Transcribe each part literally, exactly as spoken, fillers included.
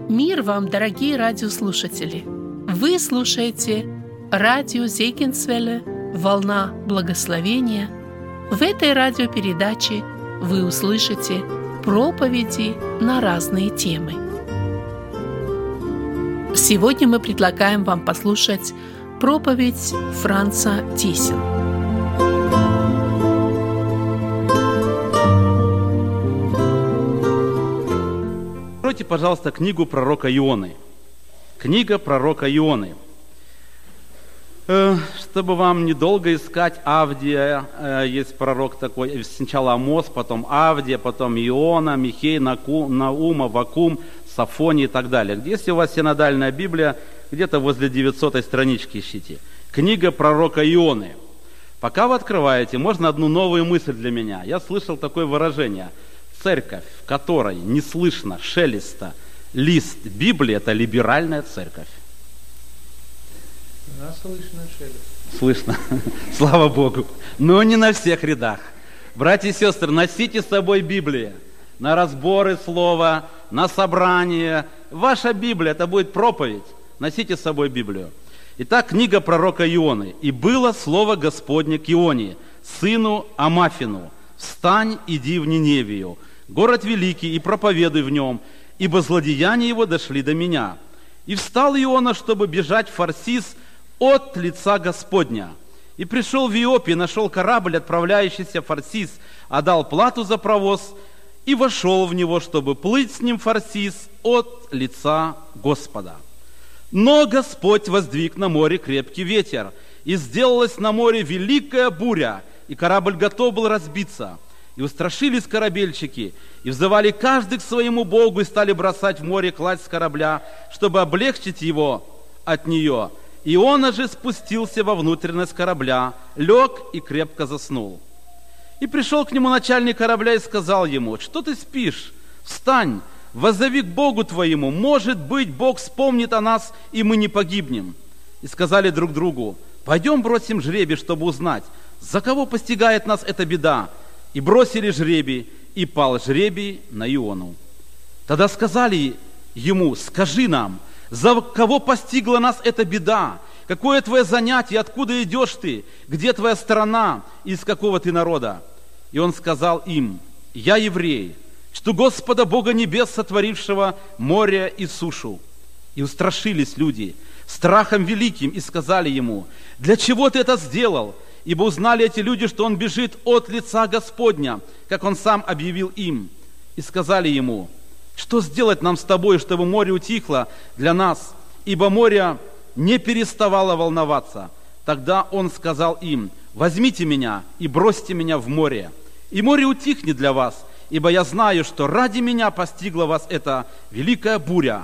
Мир вам, дорогие радиослушатели! Вы слушаете радио Зегенсвелле «Волна благословения». В этой радиопередаче вы услышите проповеди на разные темы. Сегодня мы предлагаем вам послушать проповедь Франца Тиссель. Откройте, пожалуйста, книгу пророка Ионы. Книга пророка Ионы. Чтобы вам недолго искать, Авдия, есть пророк такой, сначала Амос, потом Авдия, потом Иона, Михей, Наума, Вакум, Сафоний и так далее. Если у вас синодальная Библия, где-то возле девятисотой странички ищите. Книга пророка Ионы. Пока вы открываете, можно одну новую мысль для меня. Я слышал такое выражение. Церковь, в которой не слышно шелеста лист Библии, это либеральная церковь. Да, слышно шелест. Слышно. Слава Богу. Но не на всех рядах. Братья и сестры, носите с собой Библию. На разборы слова, на собрание. Ваша Библия, это будет проповедь. Носите с собой Библию. Итак, книга пророка Ионы. «И было слово Господне к Ионе, сыну Амафину. Встань, иди в Ниневию, город великий, и проповедуй в нем, ибо злодеяния его дошли до меня. И встал Иона, чтобы бежать в Фарсис от лица Господня. И пришел в Иоппе, нашел корабль, отправляющийся в Фарсис, отдал плату за провоз, и вошел в него, чтобы плыть с ним в Фарсис от лица Господа. Но Господь воздвиг на море крепкий ветер, и сделалась на море великая буря, и корабль готов был разбиться. И устрашились корабельщики, и взывали каждый к своему Богу, и стали бросать в море кладь с корабля, чтобы облегчить его от нее. Иона же спустился во внутренность корабля, лег и крепко заснул. И пришел к нему начальник корабля и сказал ему: что ты спишь? Встань, воззови к Богу твоему, может быть, Бог вспомнит о нас, и мы не погибнем. И сказали друг другу: пойдем бросим жребий, чтобы узнать, за кого постигает нас эта беда. И бросили жребий, и пал жребий на Иону. Тогда сказали ему: скажи нам, за кого постигла нас эта беда? Какое твое занятие? Откуда идешь ты? Где твоя страна? Из какого ты народа? И он сказал им: я еврей, чту Господа Бога небес, сотворившего море и сушу. И устрашились люди страхом великим, и сказали ему: для чего ты это сделал? Ибо узнали эти люди, что он бежит от лица Господня, как он сам объявил им. И сказали ему: что сделать нам с тобой, чтобы море утихло для нас? Ибо море не переставало волноваться. Тогда он сказал им: возьмите меня и бросьте меня в море, и море утихнет для вас, ибо я знаю, что ради меня постигла вас эта великая буря.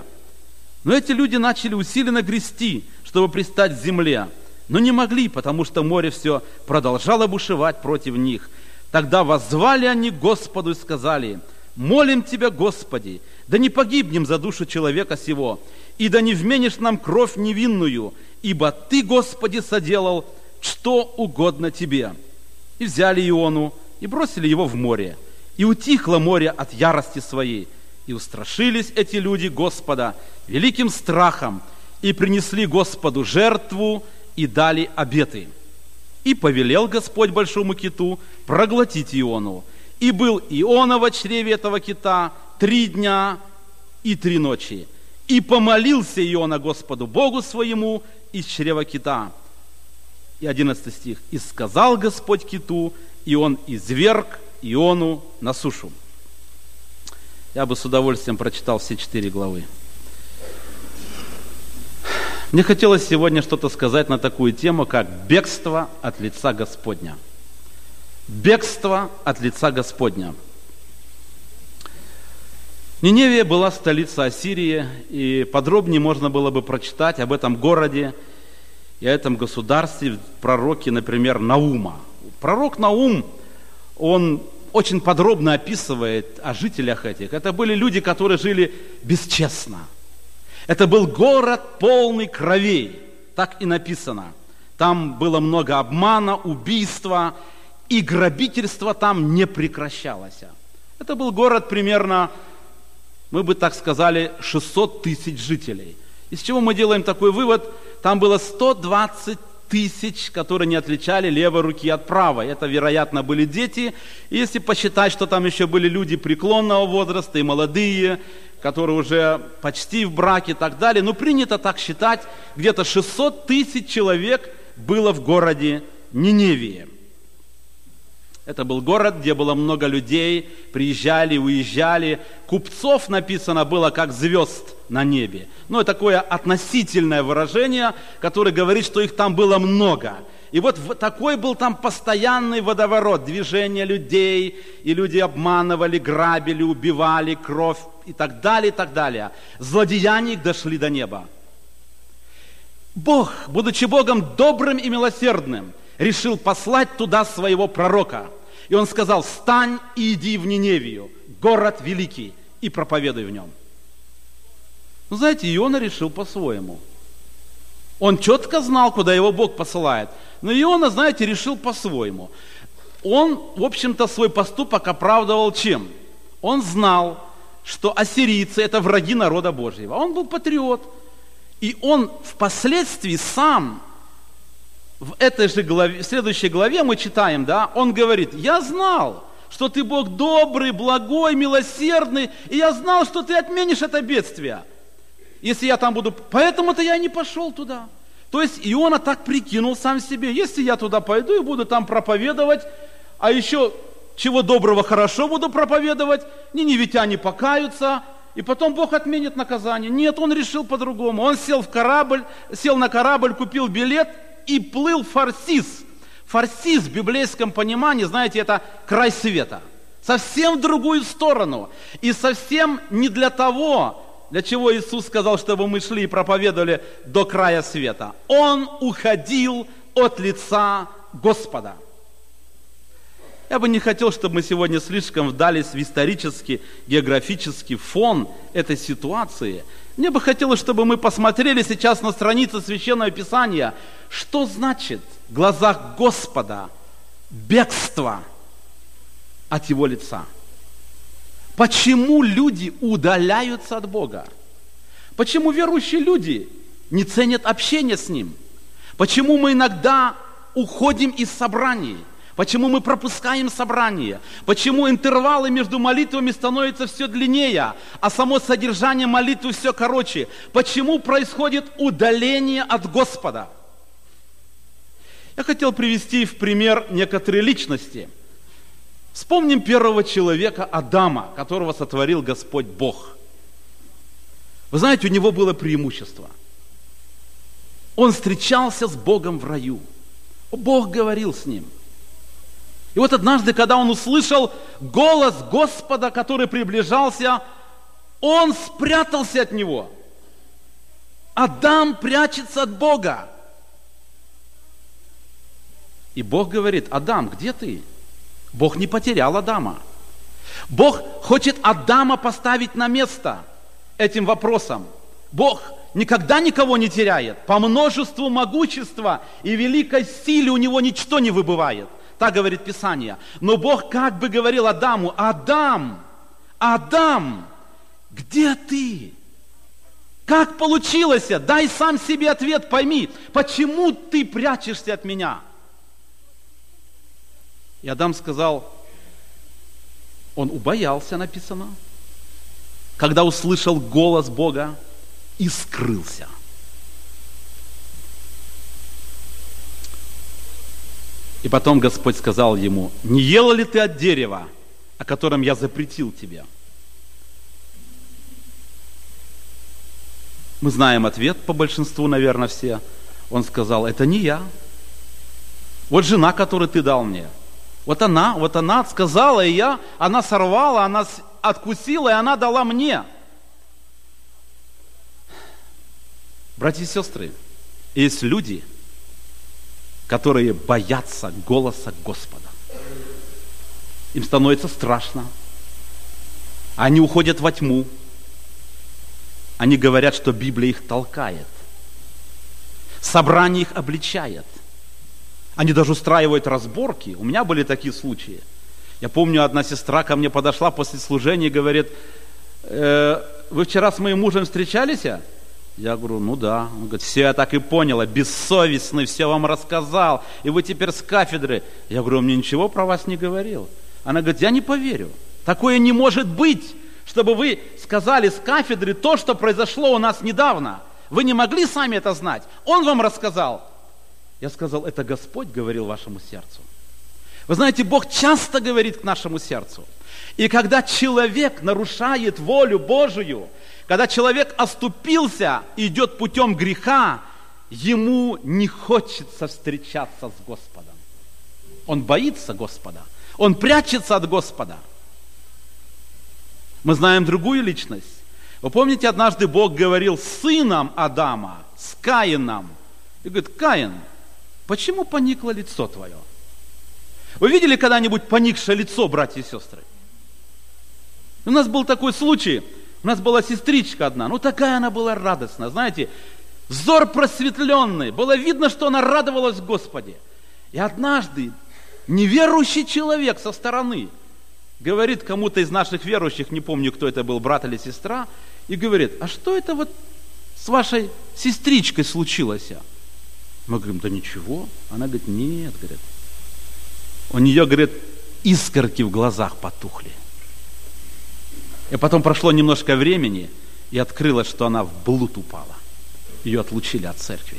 Но эти люди начали усиленно грести, чтобы пристать к земле, но не могли, потому что море все продолжало бушевать против них. Тогда воззвали они к Господу и сказали: молим Тебя, Господи, да не погибнем за душу человека сего, и да не вменишь нам кровь невинную, ибо Ты, Господи, соделал, что угодно Тебе. И взяли Иону, и бросили его в море, и утихло море от ярости своей, и устрашились эти люди Господа великим страхом, и принесли Господу жертву, и дали обеты. И повелел Господь большому киту проглотить Иону. И был Иона во чреве этого кита три дня и три ночи. И помолился Иона Господу Богу своему из чрева кита. И одиннадцатый стих. И сказал Господь киту, и он изверг Иону на сушу. Я бы с удовольствием прочитал все четыре главы. Мне хотелось сегодня что-то сказать на такую тему, как бегство от лица Господня. Бегство от лица Господня. Ниневия была столица Ассирии, и подробнее можно было бы прочитать об этом городе и о этом государстве в пророке, например, Наума. Пророк Наум, он очень подробно описывает о жителях этих. Это были люди, которые жили бесчестно. Это был город полный кровей, так и написано. Там было много обмана, убийства, и грабительство там не прекращалось. Это был город примерно мы бы так сказали, шестьсот тысяч жителей. Из чего мы делаем такой вывод? Там было сто двадцать тысяч, которые не отличали левой руки от правой. Это, вероятно, были дети. И если посчитать, что там еще были люди преклонного возраста и молодые, которые уже почти в браке и так далее, ну, принято так считать, где-то шестьсот тысяч человек было в городе Ниневии. Это был город, где было много людей, приезжали, уезжали. Купцов, написано, было как звезд на небе. Ну, это такое относительное выражение, которое говорит, что их там было много. И вот такой был там постоянный водоворот, движение людей, и люди обманывали, грабили, убивали, кровь и так далее, и так далее. Злодеяния их дошли до неба. Бог, будучи Богом добрым и милосердным, решил послать туда своего пророка. И он сказал: встань и иди в Ниневию, город великий, и проповедуй в нем. Ну, знаете, Иона решил по-своему. Он четко знал, куда его Бог посылает. Но Иона, знаете, решил по-своему. Он, в общем-то, свой поступок оправдывал чем? Он знал, что ассирийцы – это враги народа Божьего. Он был патриот. И он впоследствии сам, в этой же главе, в следующей главе мы читаем, да, он говорит: я знал, что ты Бог добрый, благой, милосердный, и я знал, что ты отменишь это бедствие, если я там буду. Поэтому-то я и не пошел туда. То есть Иона так прикинул сам себе: если я туда пойду и буду там проповедовать, а еще чего доброго хорошо буду проповедовать, ниневитяне покаются, и потом Бог отменит наказание. Нет, он решил по-другому. Он сел в корабль, сел на корабль, купил билет и плыл в Фарсис. Фарсис в библейском понимании, знаете, это край света. Совсем в другую сторону. И совсем не для того, для чего Иисус сказал, чтобы мы шли и проповедовали до края света. Он уходил от лица Господа. Я бы не хотел, чтобы мы сегодня слишком вдались в исторический, географический фон этой ситуации. Мне бы хотелось, чтобы мы посмотрели сейчас на страницы Священного Писания, что значит в глазах Господа бегство от Его лица. Почему люди удаляются от Бога? Почему верующие люди не ценят общение с Ним? Почему мы иногда уходим из собраний? Почему мы пропускаем собрания? Почему интервалы между молитвами становятся все длиннее, а само содержание молитвы все короче? Почему происходит удаление от Господа? Я хотел привести в пример некоторые личности. Вспомним первого человека, Адама, которого сотворил Господь Бог. Вы знаете, у него было преимущество. Он встречался с Богом в раю. Бог говорил с ним. И вот однажды, когда он услышал голос Господа, который приближался, он спрятался от него. Адам прячется от Бога. И Бог говорит: Адам, где ты? Бог не потерял Адама. Бог хочет Адама поставить на место этим вопросом. Бог никогда никого не теряет. По множеству могущества и великой силе у него ничто не выбывает. Так говорит Писание. Но Бог как бы говорил Адаму: Адам, Адам, где ты? Как получилось? Дай сам себе ответ, пойми, почему ты прячешься от меня? И Адам сказал, он убоялся, написано, когда услышал голос Бога, и скрылся. И потом Господь сказал ему: не ел ли ты от дерева, о котором я запретил тебе? Мы знаем ответ по большинству, наверное, все. Он сказал: это не я. Вот жена, которую ты дал мне. Вот она, вот она сказала, и я, она сорвала, она откусила, и она дала мне. Братья и сестры, есть люди, которые боятся голоса Господа. Им становится страшно. Они уходят во тьму. Они говорят, что Библия их толкает. Собрание их обличает. Они даже устраивают разборки. У меня были такие случаи. Я помню, одна сестра ко мне подошла после служения и говорит: э, вы вчера с моим мужем встречались? Я говорю, ну да. Он говорит, все, я так и поняла, бессовестный, все вам рассказал, и вы теперь с кафедры. Я говорю, он мне ничего про вас не говорил. Она говорит, я не поверю. Такое не может быть, чтобы вы сказали с кафедры то, что произошло у нас недавно. Вы не могли сами это знать. Он вам рассказал. Я сказал, это Господь говорил вашему сердцу. Вы знаете, Бог часто говорит к нашему сердцу. И когда человек нарушает волю Божию, когда человек оступился и идет путем греха, ему не хочется встречаться с Господом. Он боится Господа. Он прячется от Господа. Мы знаем другую личность. Вы помните, однажды Бог говорил с сыном Адама, с Каином. И говорит, Каин, почему поникло лицо твое? Вы видели когда-нибудь поникшее лицо, братья и сестры? У нас был такой случай. У нас была сестричка одна. Ну, такая она была радостная. Знаете, взор просветленный. Было видно, что она радовалась в Господе. И однажды неверующий человек со стороны говорит кому-то из наших верующих, не помню, кто это был, брат или сестра, и говорит, а что это вот с вашей сестричкой случилось? Мы говорим, да ничего. Она говорит, нет, говорит. У нее, говорит, искорки в глазах потухли. И потом прошло немножко времени, и открылось, что она в блуд упала. Ее отлучили от церкви.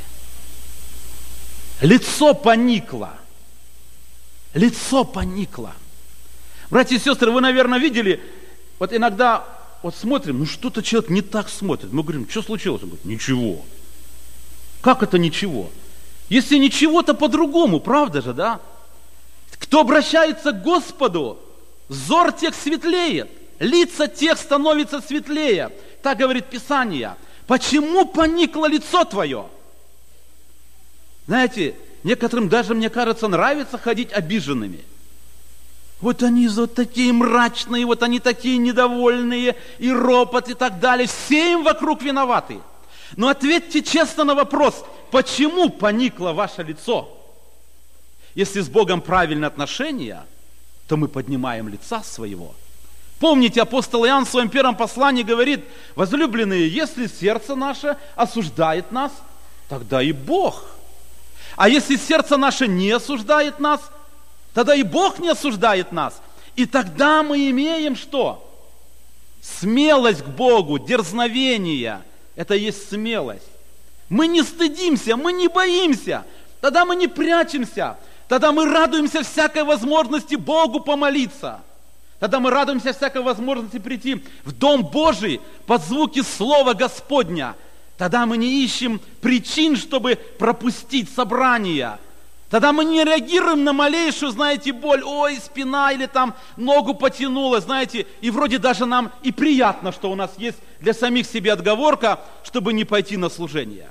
Лицо поникло. Лицо поникло. Братья и сестры, вы, наверное, видели, вот иногда вот смотрим, ну что-то человек не так смотрит. Мы говорим, что случилось? Он говорит, ничего. Как это ничего? Если ничего, то по-другому, правда же, да? Кто обращается к Господу, взор тех светлеет, лица тех становится светлее. Так говорит Писание. Почему поникло лицо твое? Знаете, некоторым даже, мне кажется, нравится ходить обиженными. Вот они вот такие мрачные, вот они такие недовольные, и ропот, и так далее. Все им вокруг виноваты. Но ответьте честно на вопрос, почему поникло ваше лицо? Если с Богом правильные отношения, то мы поднимаем лица своего. Помните, апостол Иоанн в своем первом послании говорит, возлюбленные, если сердце наше осуждает нас, тогда и Бог. А если сердце наше не осуждает нас, тогда и Бог не осуждает нас. И тогда мы имеем что? Смелость к Богу, дерзновение. Это есть смелость. Мы не стыдимся, мы не боимся. Тогда мы не прячемся. Тогда мы радуемся всякой возможности Богу помолиться. Тогда мы радуемся всякой возможности прийти в Дом Божий под звуки Слова Господня. Тогда мы не ищем причин, чтобы пропустить собрание. Тогда мы не реагируем на малейшую, знаете, боль. Ой, спина или там ногу потянула, знаете. И вроде даже нам и приятно, что у нас есть для самих себе отговорка, чтобы не пойти на служение.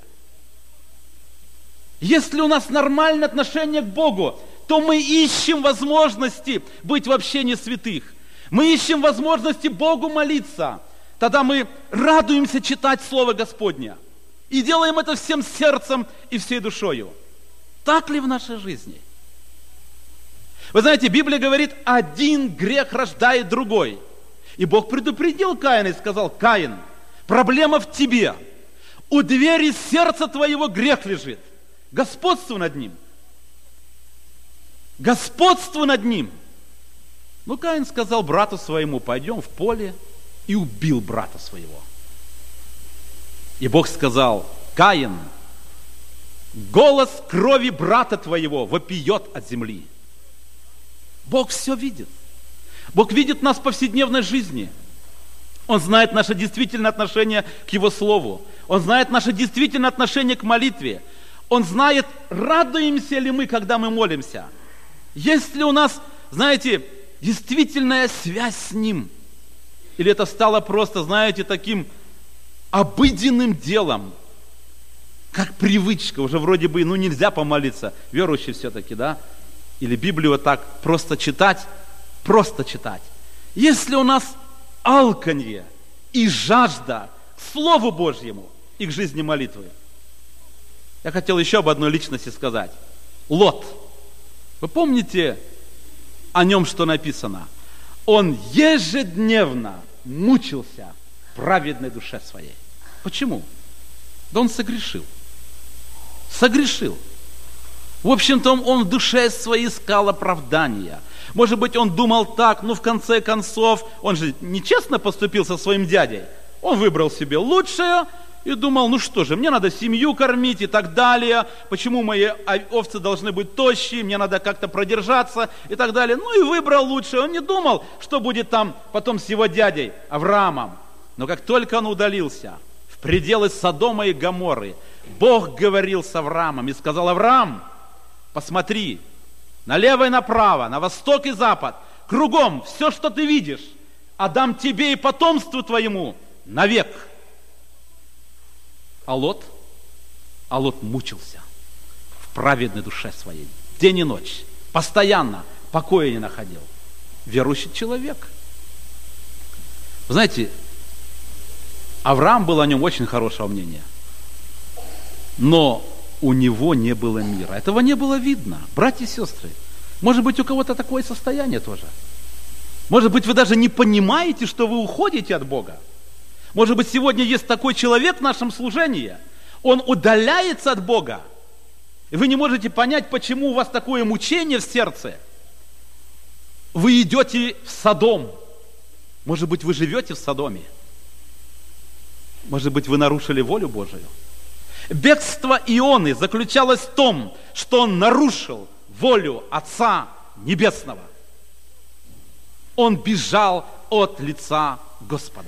Если у нас нормальное отношение к Богу, то мы ищем возможности быть в общении святых. Мы ищем возможности Богу молиться. Тогда мы радуемся читать Слово Господне. И делаем это всем сердцем и всей душою. Так ли в нашей жизни? Вы знаете, Библия говорит, один грех рождает другой. И Бог предупредил Каина и сказал, Каин, проблема в тебе. У двери сердца твоего грех лежит. Господство над ним. Господство над ним. Ну, Каин сказал брату своему, пойдем в поле, и убил брата своего. И Бог сказал, Каин, голос крови брата твоего вопиет от земли. Бог все видит. Бог видит нас в повседневной жизни. Он знает наше действительное отношение к Его Слову. Он знает наше действительное отношение к молитве. Он знает, радуемся ли мы, когда мы молимся. Есть ли у нас, знаете, действительная связь с Ним? Или это стало просто, знаете, таким обыденным делом, как привычка, уже вроде бы, ну, нельзя помолиться, верующий все-таки, да? Или Библию вот так просто читать, просто читать. Если у нас алканье и жажда к Слову Божьему и к жизни молитвы. Я хотел еще об одной личности сказать. Лот. Вы помните о нем, что написано? Он ежедневно мучился в праведной душе своей. Почему? Да он согрешил. Согрешил. В общем-то, он в душе своей искал оправдания. Может быть, он думал так, но в конце концов, он же нечестно поступил со своим дядей. Он выбрал себе лучшее и думал, ну что же, мне надо семью кормить и так далее. Почему мои овцы должны быть тощие, мне надо как-то продержаться и так далее. Ну и выбрал лучшее. Он не думал, что будет там потом с его дядей Авраамом. Но как только он удалился в пределы Содома и Гоморры, Бог говорил с Авраамом и сказал: Авраам, посмотри, налево и направо, на восток и запад, кругом все, что ты видишь, отдам тебе и потомству твоему навек. А Лот, а Лот мучился в праведной душе своей, день и ночь, постоянно покоя не находил. Верующий человек. Вы знаете, Авраам был о нем очень хорошего мнения, но у него не было мира. Этого не было видно. Братья и сестры, может быть, у кого-то такое состояние тоже. Может быть, вы даже не понимаете, что вы уходите от Бога. Может быть, сегодня есть такой человек в нашем служении, он удаляется от Бога. И вы не можете понять, почему у вас такое мучение в сердце. Вы идете в Содом. Может быть, вы живете в Содоме. Может быть, вы нарушили волю Божию. Бегство Ионы заключалось в том, что он нарушил волю Отца Небесного. Он бежал от лица Господа.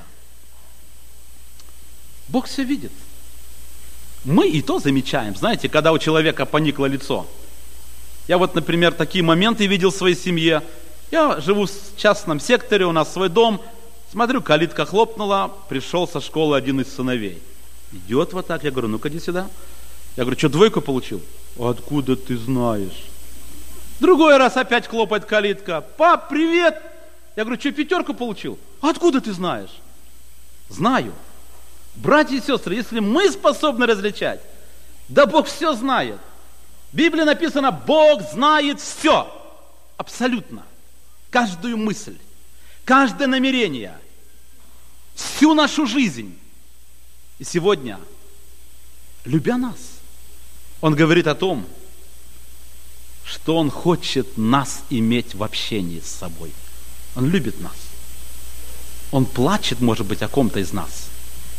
Бог все видит. Мы и то замечаем, знаете, когда у человека поникло лицо. Я вот, например, такие моменты видел в своей семье. Я живу в частном секторе, у нас свой дом. Смотрю, калитка хлопнула, пришел со школы один из сыновей. Идет вот так, я говорю, ну-ка иди сюда. Я говорю, что, двойку получил? Откуда ты знаешь? Другой раз опять хлопает калитка. Пап, привет! Я говорю, что, пятерку получил? Откуда ты знаешь? Знаю. Братья и сестры, если мы способны различать, да Бог все знает. В Библии написано, Бог знает все. Абсолютно. Каждую мысль, каждое намерение, всю нашу жизнь. И сегодня, любя нас, Он говорит о том, что Он хочет нас иметь в общении с собой. Он любит нас. Он плачет, может быть, о ком-то из нас.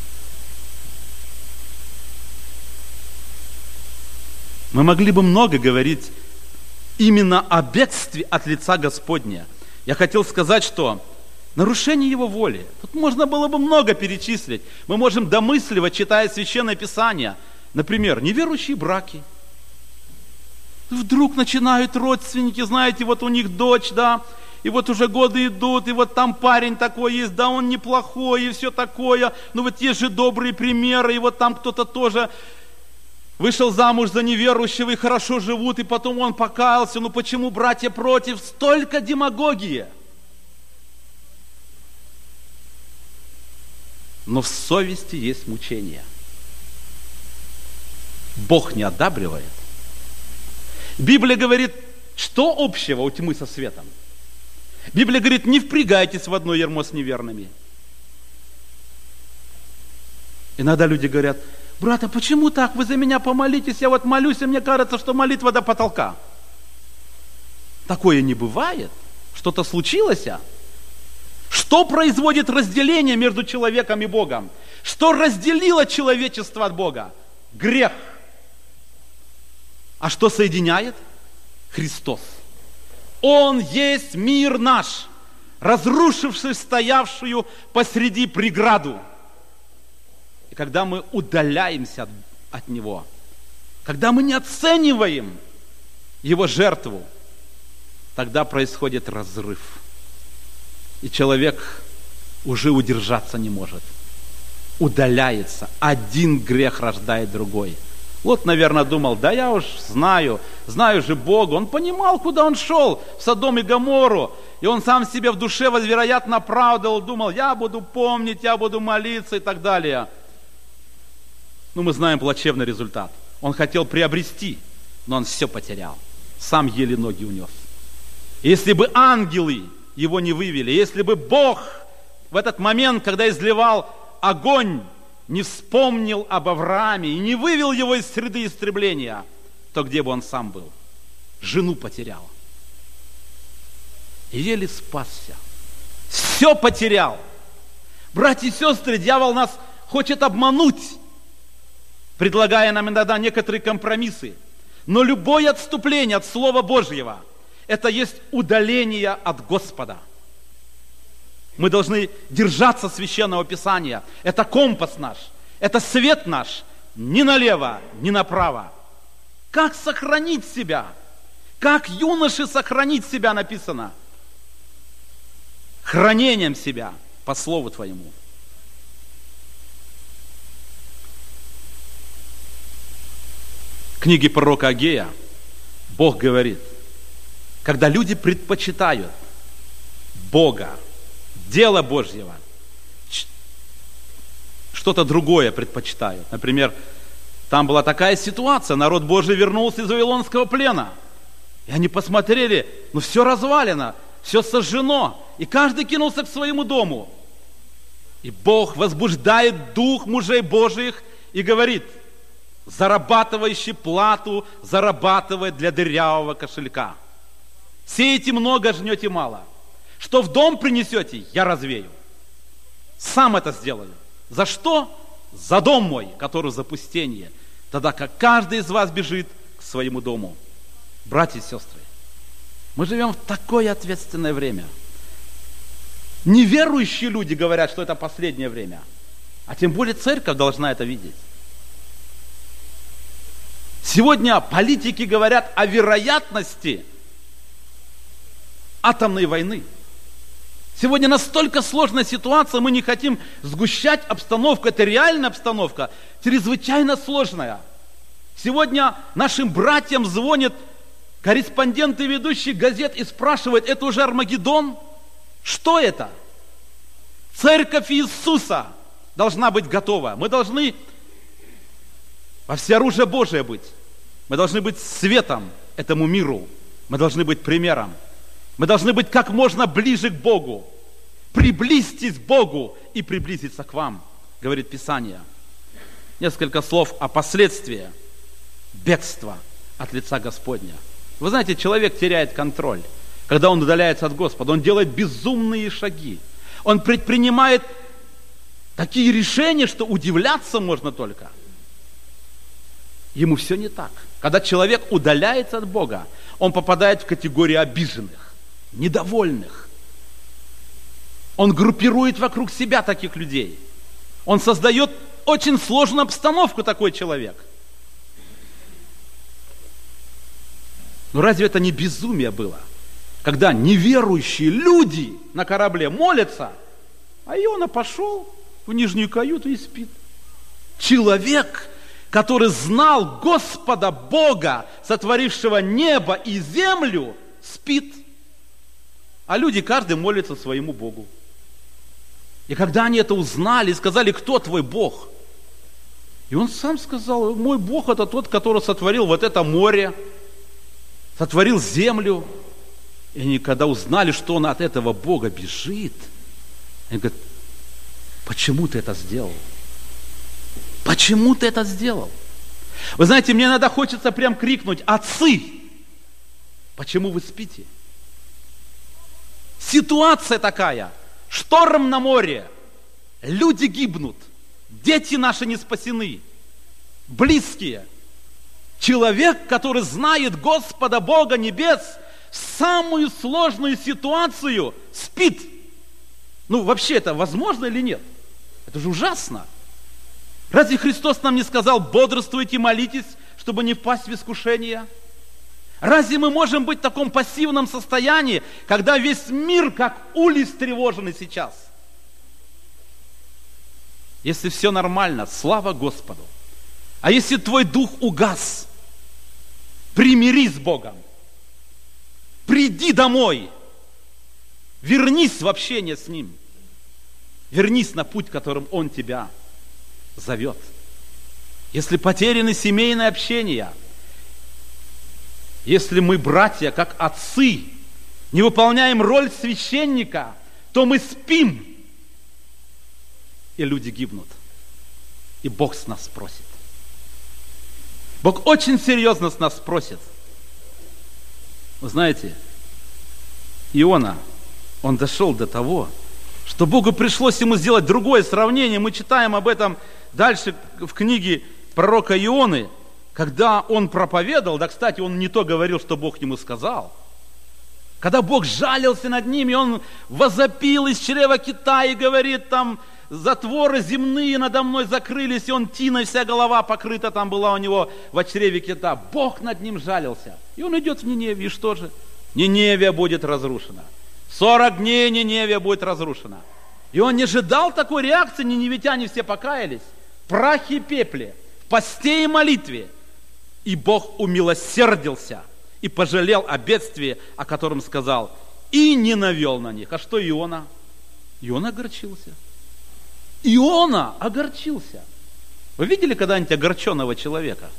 Мы могли бы много говорить именно о бегстве от лица Господня. Я хотел сказать, что нарушение Его воли, тут можно было бы много перечислить. Мы можем домысливать, читая Священное Писание. Например, неверующие браки. Вдруг начинают родственники, знаете, вот у них дочь, да, и вот уже годы идут, и вот там парень такой есть, да, он неплохой, и все такое. Ну вот есть же добрые примеры, и вот там кто-то тоже вышел замуж за неверующего и хорошо живут, и потом он покаялся. Ну почему братья против? Столько демагогии. Но в совести есть мучение. Бог не одабривает. Библия говорит, что общего у тьмы со светом? Библия говорит, не впрягайтесь в одно ярмо с неверными. Иногда люди говорят, брат, а почему так? Вы за меня помолитесь, я вот молюсь, и мне кажется, что молитва до потолка. Такое не бывает. Что-то случилось? Что производит разделение между человеком и Богом? Что разделило человечество от Бога? Грех. А что соединяет? Христос. Он есть мир наш, разрушивший стоявшую посреди преграду. И когда мы удаляемся от, от Него, когда мы не оцениваем Его жертву, тогда происходит разрыв. И человек уже удержаться не может. Удаляется. Один грех рождает другой. Лот, наверное, думал, да я уж знаю, знаю же Бога. Он понимал, куда он шел, в Содом и Гоморру. И он сам себе в душе, вероятно, оправдывал, думал, я буду помнить, я буду молиться и так далее. Ну, мы знаем плачевный результат. Он хотел приобрести, но он все потерял. Сам еле ноги унес. Если бы ангелы его не вывели, если бы Бог в этот момент, когда изливал огонь не вспомнил об Аврааме и не вывел его из среды истребления, то где бы он сам был? Жену потерял. И еле спасся. Все потерял. Братья и сестры, дьявол нас хочет обмануть, предлагая нам иногда некоторые компромиссы. Но любое отступление от Слова Божьего – это есть удаление от Господа. Мы должны держаться Священного Писания. Это компас наш, это свет наш, ни налево, ни направо. Как сохранить себя? Как юноше сохранить себя написано? Хранением себя по Слову Твоему. В книге пророка Агея Бог говорит, когда люди предпочитают Бога, дело Божьего, что-то другое предпочитают. Например, там была такая ситуация, народ Божий вернулся из Вавилонского плена. И они посмотрели, ну все развалено, все сожжено, и каждый кинулся к своему дому. И Бог возбуждает дух мужей Божиих и говорит, зарабатывающий плату зарабатывает для дырявого кошелька. Сеете много, жнете мало. Что в дом принесете, я развею. Сам это сделаю. За что? За дом мой, который в запустении. Тогда как каждый из вас бежит к своему дому. Братья и сестры, мы живем в такое ответственное время. Неверующие люди говорят, что это последнее время. А тем более церковь должна это видеть. Сегодня политики говорят о вероятности атомной войны. Сегодня настолько сложная ситуация, мы не хотим сгущать обстановку. Это реальная обстановка, чрезвычайно сложная. Сегодня нашим братьям звонят корреспонденты ведущих газет и спрашивают, это уже Армагеддон? Что это? Церковь Иисуса должна быть готова. Мы должны во всеоружие Божие быть. Мы должны быть светом этому миру. Мы должны быть примером. Мы должны быть как можно ближе к Богу. Приблизьтесь к Богу и приблизиться к вам, говорит Писание. Несколько слов о последствиях бегства от лица Господня. Вы знаете, человек теряет контроль, когда он удаляется от Господа. Он делает безумные шаги. Он предпринимает такие решения, что удивляться можно только. Ему все не так. Когда человек удаляется от Бога, он попадает в категорию обиженных, недовольных. Он группирует вокруг себя таких людей. Он создает очень сложную обстановку, такой человек. Но разве это не безумие было? Когда неверующие люди на корабле молятся, а Иона пошел в нижнюю каюту и спит. Человек, который знал Господа Бога, сотворившего небо и землю, спит. А люди, каждый молится своему Богу. И когда они это узнали и сказали, кто твой Бог? И он сам сказал, мой Бог это тот, который сотворил вот это море, сотворил землю. И они когда узнали, что он от этого Бога бежит, они говорят, почему ты это сделал? Почему ты это сделал? Вы знаете, мне иногда хочется прям крикнуть, отцы, почему вы спите? Ситуация такая, шторм на море, люди гибнут, дети наши не спасены, близкие. Человек, который знает Господа Бога небес, в самую сложную ситуацию спит. Ну, вообще это возможно или нет? Это же ужасно. Разве Христос нам не сказал, бодрствуйте, молитесь, чтобы не впасть в искушение? Разве мы можем быть в таком пассивном состоянии, когда весь мир как улей встревоженный сейчас? Если все нормально, слава Господу. А если твой дух угас, примирись с Богом. Приди домой. Вернись в общение с Ним. Вернись на путь, которым Он тебя зовет. Если потеряны семейные общения, если мы, братья, как отцы, не выполняем роль священника, то мы спим. и люди гибнут. И Бог с нас спросит. Бог очень серьезно с нас спросит. Вы знаете, Иона, он дошел до того, что Богу пришлось ему сделать другое сравнение. Мы читаем об этом дальше в книге пророка Ионы, когда он проповедовал, да, кстати, он не то говорил, что Бог ему сказал. Когда Бог жалился над ними, он возопил из чрева кита и говорит, там, затворы земные надо мной закрылись, и он тиной, вся голова покрыта там была у него в чреве кита. Бог над ним жалился. И он идет в Ниневию, и что же? Ниневия будет разрушена. Сорок дней Ниневия будет разрушена. И он не ожидал такой реакции, ниневитяне все покаялись. В прахе и пепле, в посте и молитве. И Бог умилосердился и пожалел о бедствии, о котором сказал, и не навел на них. А что Иона? Иона огорчился. Иона огорчился. Вы видели когда-нибудь огорченного человека?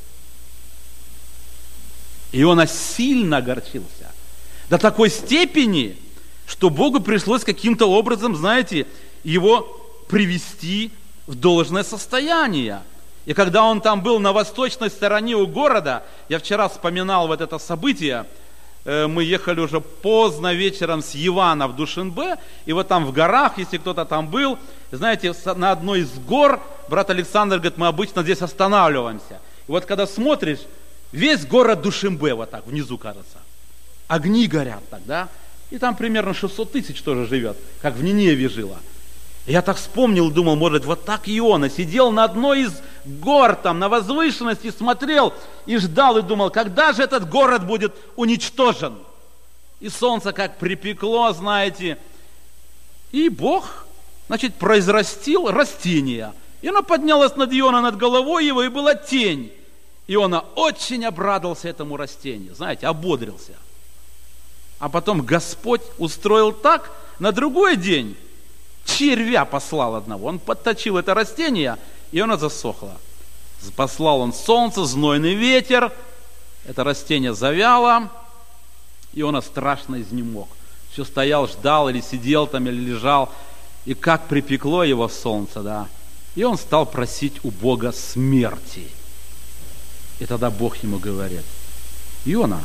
Иона сильно огорчился. До такой степени, что Богу пришлось каким-то образом, знаете, его привести в должное состояние. И когда он там был на восточной стороне у города, я вчера вспоминал вот это событие, мы ехали уже поздно вечером с Ивана в Душанбе, и вот там в горах, если кто-то там был, знаете, на одной из гор, брат Александр говорит, мы обычно здесь останавливаемся. И вот когда смотришь, весь город Душанбе вот так внизу кажется, огни горят так, да, и там примерно шестьсот тысяч тоже живет, как в Ниневии жило. И я так вспомнил, думал, может, вот так Иона сидел на одной из гор, там, на возвышенности, смотрел и ждал, и думал, когда же этот город будет уничтожен? И солнце как припекло, знаете. И Бог, значит, произрастил растение. И оно поднялось над Иона, над головой его, и была тень. Иона очень обрадовался этому растению, знаете, ободрился. А потом Господь устроил так, на другой день червя послал одного. Он подточил это растение, и оно засохло. Послал он солнце, знойный ветер, это растение завяло, и он страшно изнемог. Все стоял, ждал, или сидел там, или лежал, и как припекло его солнце, да. И он стал просить у Бога смерти. И тогда Бог ему говорит, Иона,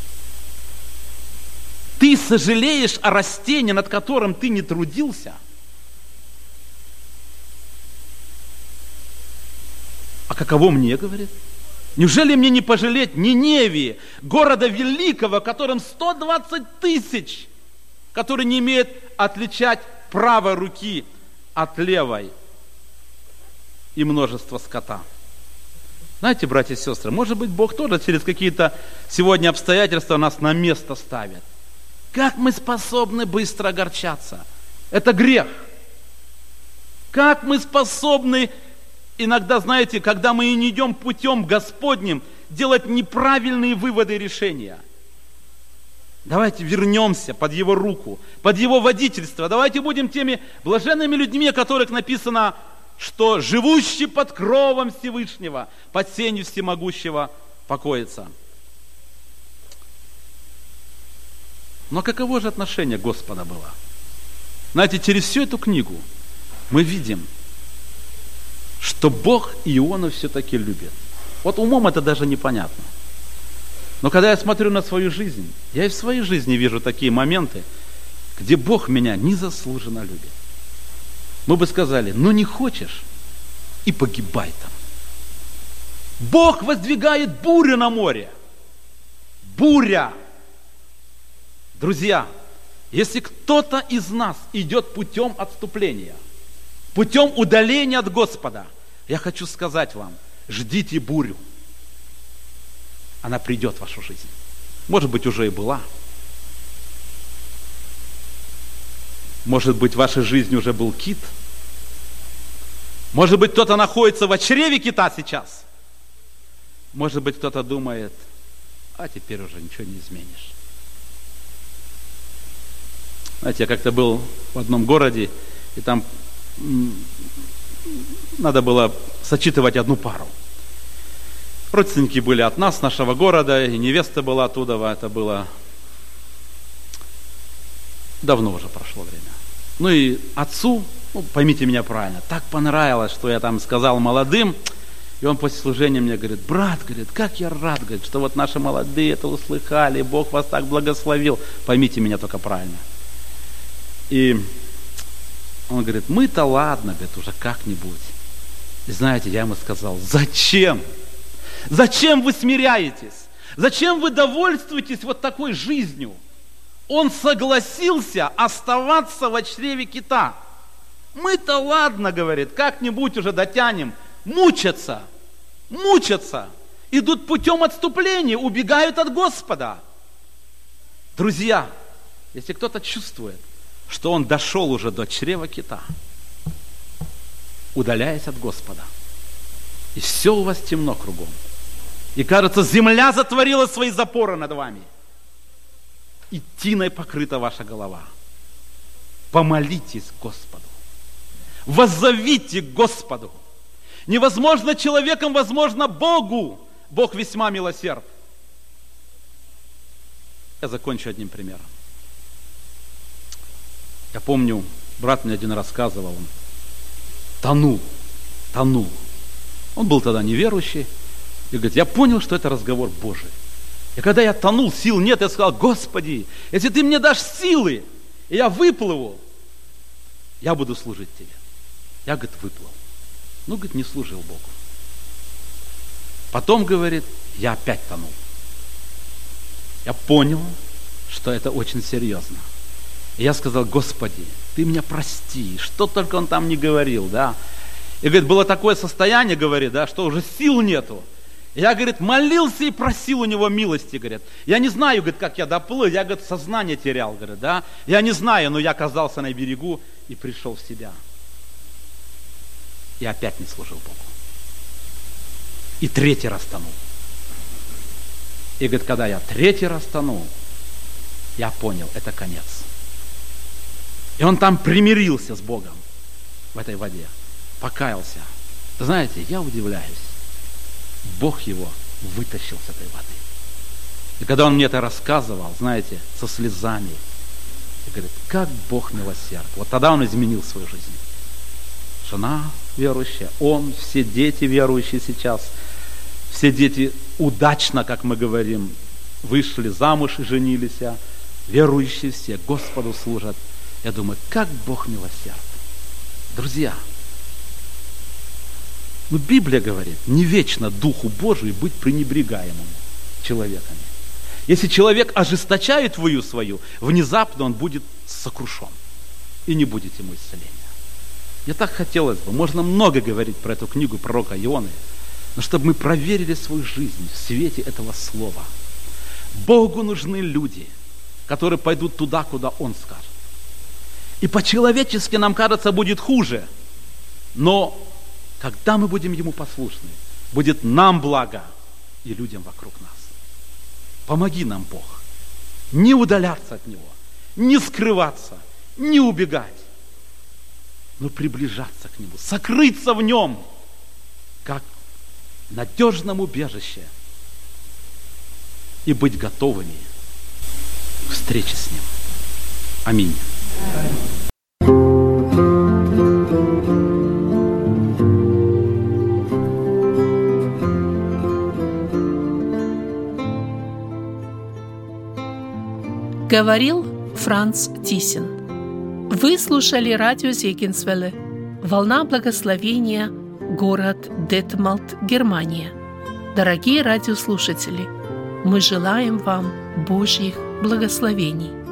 ты сожалеешь о растении, над которым ты не трудился? А каково мне, говорит? Неужели мне не пожалеть Ниневии, города великого, которым сто двадцать тысяч, который не имеет отличать правой руки от левой, и множество скота? Знаете, братья и сестры, может быть, Бог тоже через какие-то сегодня обстоятельства нас на место ставит. Как мы способны быстро огорчаться? Это грех. Как мы способны иногда, знаете, когда мы не идем путем Господним, делать неправильные выводы и решения. Давайте вернемся под Его руку, под Его водительство. Давайте будем теми блаженными людьми, о которых написано, что живущий под кровом Всевышнего, под сенью всемогущего покоится. Но каково же отношение Господа было? Знаете, через всю эту книгу мы видим, что Бог Иону все-таки любит. Вот умом это даже непонятно. Но когда я смотрю на свою жизнь, я и в своей жизни вижу такие моменты, где Бог меня незаслуженно любит. Мы бы сказали, ну не хочешь, и погибай там. Бог воздвигает бурю на море. Буря. Друзья, если кто-то из нас идет путем отступления, путем удаления от Господа, я хочу сказать вам, ждите бурю. Она придет в вашу жизнь. Может быть, уже и была. Может быть, в вашей жизни уже был кит. Может быть, кто-то находится в чреве кита сейчас. Может быть, кто-то думает, а теперь уже ничего не изменишь. Знаете, я как-то был в одном городе, и там надо было сочетывать одну пару. Родственники были от нас, нашего города, и невеста была оттуда, это было давно уже прошло время. Ну и отцу ну, поймите меня правильно, так понравилось, что я там сказал молодым, и он после служения мне говорит: брат, говорит, как я рад, говорит, что вот наши молодые это услыхали, Бог вас так благословил. Поймите меня только правильно. И он говорит: мы-то ладно, говорит, уже как-нибудь. И знаете, я ему сказал: зачем? Зачем вы смиряетесь? Зачем вы довольствуетесь вот такой жизнью? Он согласился оставаться в чреве кита. Мы-то ладно, говорит, как-нибудь уже дотянем. Мучатся, мучатся, идут путем отступления, убегают от Господа. Друзья, если кто-то чувствует, что он дошел уже до чрева кита, удаляясь от Господа, и все у вас темно кругом, и кажется, земля затворила свои запоры над вами, и тиной покрыта ваша голова, помолитесь Господу, воззовите к Господу. Невозможно человеком, возможно Богу. Бог весьма милосерд. Я закончу одним примером. Я помню, брат мне один рассказывал, он тонул, тонул. Он был тогда неверующий. И говорит: я понял, что это разговор Божий. И когда я тонул, сил нет, я сказал: Господи, если ты мне дашь силы, и я выплыву, я буду служить тебе. Я, говорит, выплыл. Ну, говорит, не служил Богу. Потом, говорит, я опять тонул. Я понял, что это очень серьезно. И я сказал: Господи, ты меня прости, что только он там не говорил, да. И, говорит, было такое состояние, говорит, да, что уже сил нету. Я, говорит, молился и просил у него милости, говорит. Я не знаю, говорит, как я доплыл, я, говорит, сознание терял, говорит, да. Я не знаю, но я оказался на берегу и пришел в себя. И опять не служил Богу. И третий раз тонул. И, говорит, когда я третий раз тонул, я понял, это конец. И он там примирился с Богом в этой воде, покаялся. Знаете, я удивляюсь. Бог его вытащил с этой воды. И когда он мне это рассказывал, знаете, со слезами, и говорит: как Бог милосерд. Вот тогда он изменил свою жизнь. Жена верующая, он, все дети верующие сейчас, все дети удачно, как мы говорим, вышли замуж и женились, верующие все, Господу служат. Я думаю, как Бог милосерд. Друзья, ну Библия говорит, не вечно Духу Божию быть пренебрегаемым человеками. Если человек ожесточает вою свою, внезапно он будет сокрушен и не будет ему исцеления. Мне так хотелось бы, можно много говорить про эту книгу пророка Ионы, но чтобы мы проверили свою жизнь в свете этого слова. Богу нужны люди, которые пойдут туда, куда Он скажет. И по-человечески нам кажется, будет хуже, но когда мы будем Ему послушны, будет нам благо и людям вокруг нас. Помоги нам, Бог, не удаляться от Него, не скрываться, не убегать, но приближаться к Нему, сокрыться в Нем, как в надежном убежище, и быть готовыми к встрече с Ним. Аминь. Говорил Франц Тисин. Вы слушали радио Зегенсвелле, «Волна благословения», город Детмалт, Германия. Дорогие радиослушатели, мы желаем вам Божьих благословений.